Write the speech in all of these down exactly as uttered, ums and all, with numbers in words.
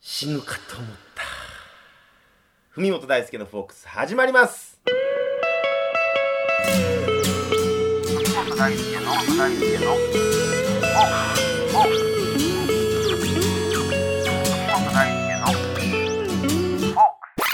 死ぬかと思った。文本大輔のフォークス始まります。文本大輔の大輔のフォークス文本大輔のフォー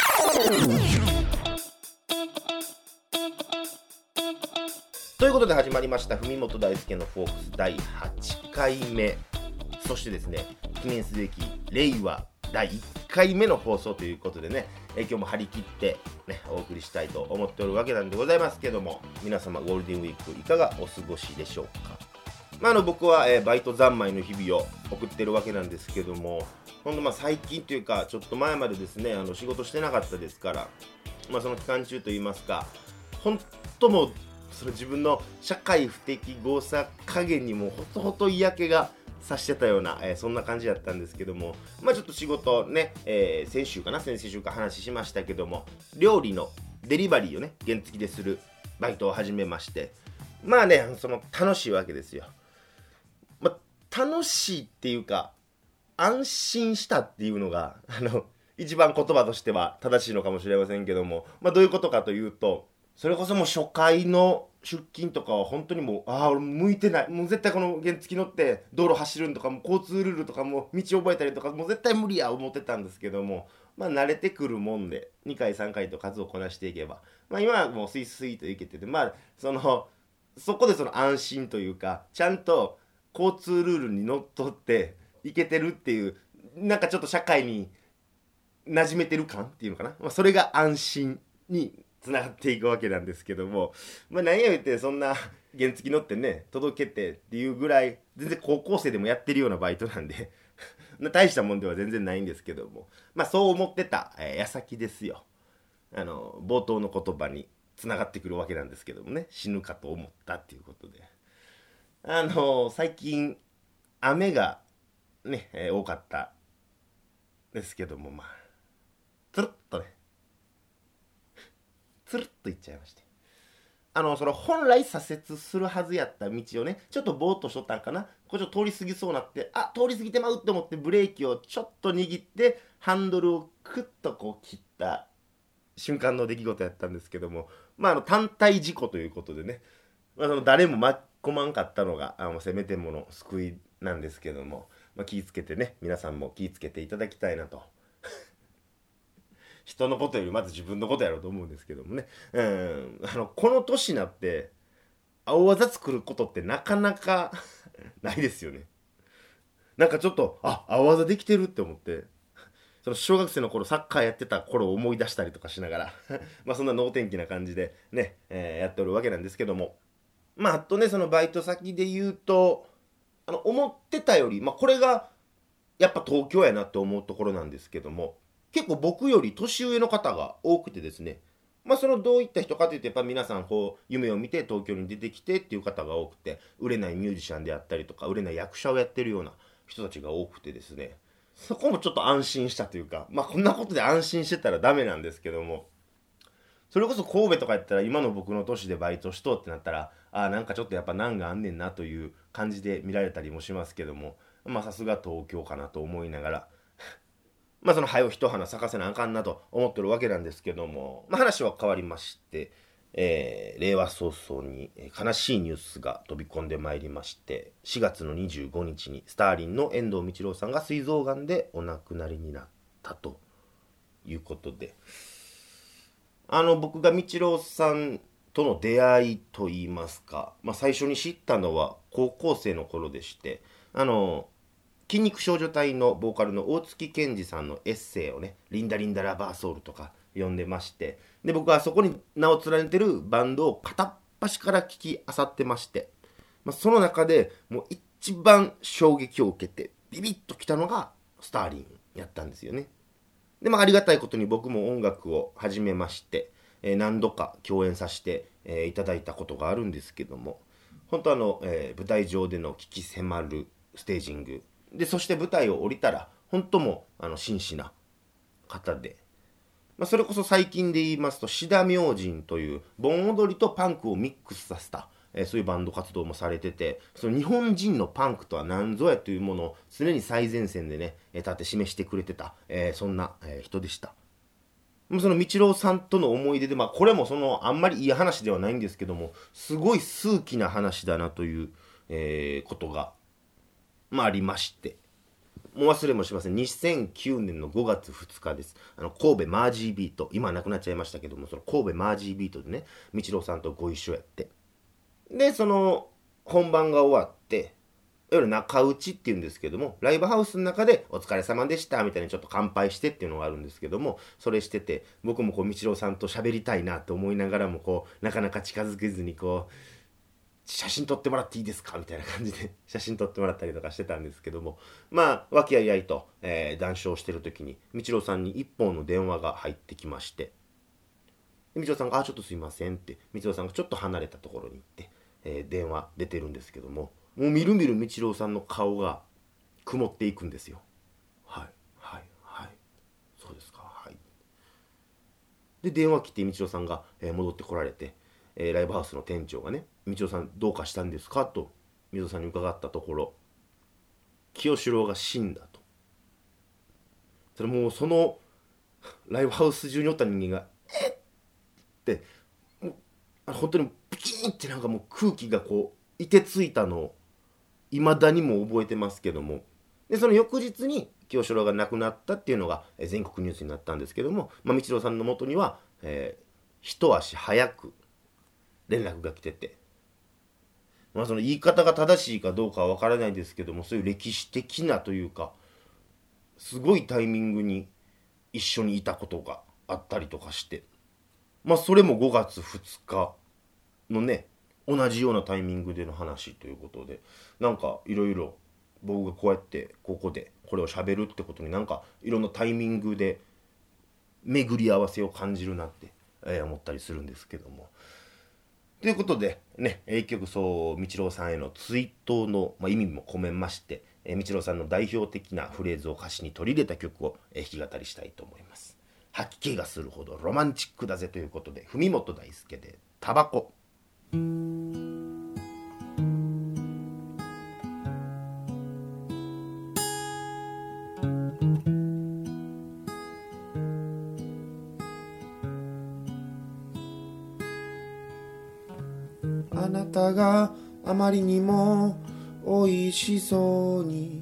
クスということで始まりました文本大輔のフォークスだいはちかいめ、そしてですね、記念すべき令和だいいっかいめの放送ということでね、え今日も張り切って、ね、お送りしたいと思っておるわけなんでございますけども、皆様ゴールデンウィークいかがお過ごしでしょうか。まあ、あの僕は、えー、バイト三昧の日々を送ってるわけなんですけども、ほんとまあ最近というかちょっと前までですね、あの仕事してなかったですから、まあ、その期間中といいますか、本当もうその自分の社会不適合さ加減にもほとほと嫌気がさしてたような、えー、そんな感じだったんですけども、まあちょっと仕事ね、えー、先週かな先々週か話しましたけども、料理のデリバリーをね原付でするバイトを始めまして、まあね、その楽しいわけですよ。まあ楽しいっていうか安心したっていうのがあの一番言葉としては正しいのかもしれませんけども、まあどういうことかというと、それこそもう初回の出勤とかは本当にもうああ俺向いてない、もう絶対この原付乗って道路走るんとかも交通ルールとかも道覚えたりとかもう絶対無理や思ってたんですけども、まあ慣れてくるもんでにかいさんかいと数をこなしていけば、まあ今はもうスイスイといけてて、まあそのそこでその安心というかちゃんと交通ルールにのっとっていけてるっていう、なんかちょっと社会に馴染めてる感っていうのかな、まあ、それが安心につながっていくわけなんですけども、まあ何や言ってそんな原付乗ってね届けてっていうぐらい全然高校生でもやってるようなバイトなんで大したもんでは全然ないんですけども、まあそう思ってた、えー、矢先ですよ。あの冒頭の言葉につながってくるわけなんですけどもね、死ぬかと思ったっていうことで、あの最近雨がね、えー、多かったですけども、まあつるっとねつるっといっちゃいまして、あのそれ本来左折するはずやった道をねちょっとぼーっとしとったんかな、これちょっと通り過ぎそうになって、あ通り過ぎてまうって思ってブレーキをちょっと握ってハンドルをクッとこう切った瞬間の出来事やったんですけども、まああの単体事故ということでね、まあ、その誰も巻き込まんかったのがあのせめてもの救いなんですけども、まあ、気ぃつけてね、皆さんも気ぃつけていただきたいなと人のことよりまず自分のことやろうと思うんですけどもね、うん、あのこの年になって青技作ることってなかなかないですよね。なんかちょっとあ青技できてるって思って、その小学生の頃サッカーやってた頃を思い出したりとかしながらまあそんな能天気な感じでね、えー、やっておるわけなんですけども、まああとね、そのバイト先で言うと、あの思ってたより、まあこれがやっぱ東京やなって思うところなんですけども、結構僕より年上の方が多くてですね、まあそのどういった人かというと、やっぱ皆さんこう夢を見て東京に出てきてっていう方が多くて、売れないミュージシャンであったりとか売れない役者をやってるような人たちが多くてですね、そこもちょっと安心したというか、まあこんなことで安心してたらダメなんですけども、それこそ神戸とかやったら今の僕の年でバイトしとってなったら、あなんかちょっとやっぱ難があんねんなという感じで見られたりもしますけども、まあさすが東京かなと思いながらまあその早を一花咲かせなあかんなと思ってるわけなんですけども、まあ話は変わりまして、えー、令和早々に悲しいニュースが飛び込んでまいりまして、しがつのにじゅうごにちにスターリンの遠藤道郎さんが膵臓がんでお亡くなりになったということで、あの僕が道郎さんとの出会いといいますか、まあ、最初に知ったのは高校生の頃でして、あの筋肉少女隊のボーカルの大月健二さんのエッセイをね、リンダリンダラバーソウルとか読んでまして、で僕はそこに名を連ねてるバンドを片っ端から聞き漁ってまして、まあ、その中でもう一番衝撃を受けてビビッときたのがスターリンやったんですよね。でまあありがたいことに僕も音楽を始めまして、えー、何度か共演させて、えー、いただいたことがあるんですけども、本当あの、えー、舞台上での鬼気迫るステージングで、そして舞台を降りたら本当もあの真摯な方で、まあ、それこそ最近で言いますと志田明神という盆踊りとパンクをミックスさせた、 えーそういうバンド活動もされてて、その日本人のパンクとは何ぞやというものを常に最前線でね、えー立って示してくれてた、えーそんな、えー人でした。その道郎さんとの思い出で、まあ、これもそのあんまりいい話ではないんですけども、すごい数奇な話だなという、えーことが、まあ、ありまして、もう忘れもしません。にせんきゅうねんのごがつふつかです。あの神戸マージービート、今はなくなっちゃいましたけども、その神戸マージービートでね、道郎さんとご一緒やって、でその本番が終わって、いわゆる中打ちっていうんですけども、ライブハウスの中でお疲れ様でしたみたいにちょっと乾杯してっていうのがあるんですけども、それしてて、僕もこう道郎さんと喋りたいなと思いながらも、こうなかなか近づけずに、こう写真撮ってもらっていいですかみたいな感じで写真撮ってもらったりとかしてたんですけども、まあ和気あいあいと、えー談笑してる時に道郎さんに一本の電話が入ってきまして、で道郎さんが「あちょっとすいません」って、道郎さんがちょっと離れたところに行って、えー電話出てるんですけども、もうみるみる道郎さんの顔が曇っていくんですよ。はいはいはい、そうですか、はい。で電話切って道郎さんが、えー戻ってこられて、えーライブハウスの店長がね「道郎さんどうかしたんですか?」と道郎さんに伺ったところ、清志郎が死んだと。それもうそのライブハウス中におった人間が「えっ!」て、もう本当にピキーンってなんかもう空気がこう凍てついたのを未だにも覚えてますけども、でその翌日に清志郎が亡くなったっていうのがえー全国ニュースになったんですけども、まあ、道郎さんのもとには、えー一足早く連絡が来てて、まあ、その言い方が正しいかどうかは分からないですけども、そういう歴史的なというか、すごいタイミングに一緒にいたことがあったりとかして、まあそれもごがつふつかのね、同じようなタイミングでの話ということで、なんかいろいろ僕がこうやってここでこれを喋るってことに、なんかいろんなタイミングで巡り合わせを感じるなって、えー思ったりするんですけども。ということでね、一曲そう道郎さんへの追悼の、まあ、意味も込めまして、えー、道郎さんの代表的なフレーズを歌詞に取り入れた曲を、えー弾き語りしたいと思います。吐き気がするほどロマンチックだぜということで、文本大輔でタバコ。あなたがあまりにもおいしそうに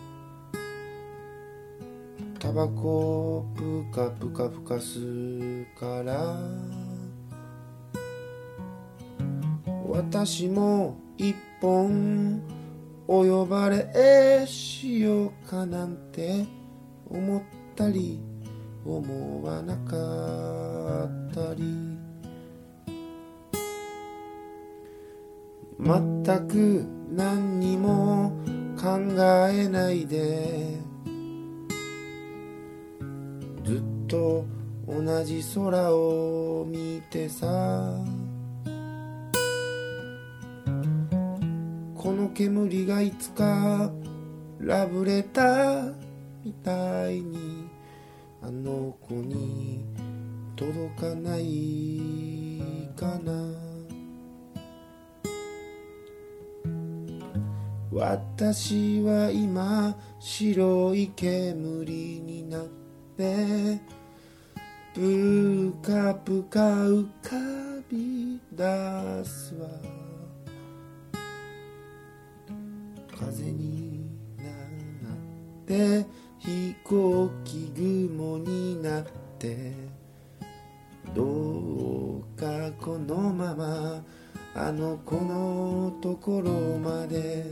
タバコをプカプカプカ吸うから、私も一本お呼ばれしようかなんて思ったり思わなかったり、全く何にも考えないでずっと同じ空を見てさ、この煙がいつかラブレターみたいにあの子に届かないかな。私は今白い煙になってぷかぷか浮かび出すわ、風になって飛行機雲になって、どうかこのままあの子のところまで、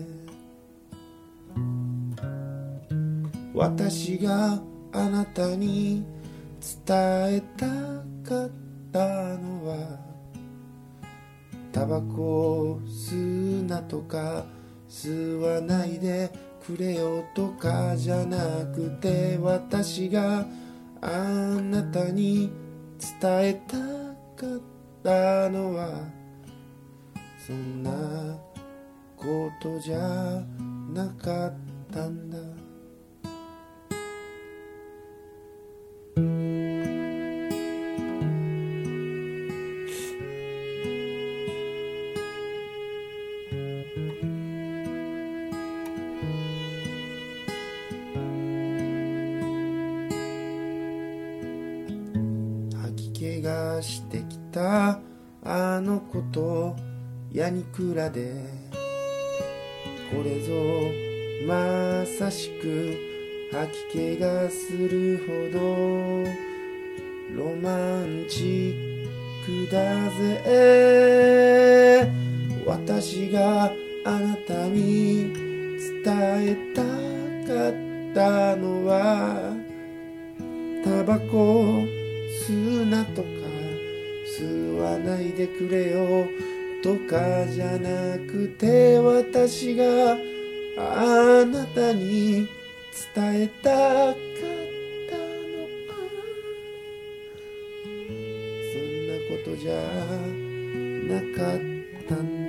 私があなたに伝えたかったのは、タバコを吸うなとか吸わないでくれよとかじゃなくて、私があなたに伝えたかったのはそんなことじゃなかったんだ。 怪我してきたあの子とやにくらで、これぞまさしく吐き気がするほどロマンチックだぜ。私があなたに伝えたかったのは、タバコ吸うなとか吸わないでくれよとかじゃなくて、私があなたに伝えたかったのは、そんなことじゃなかったんだ。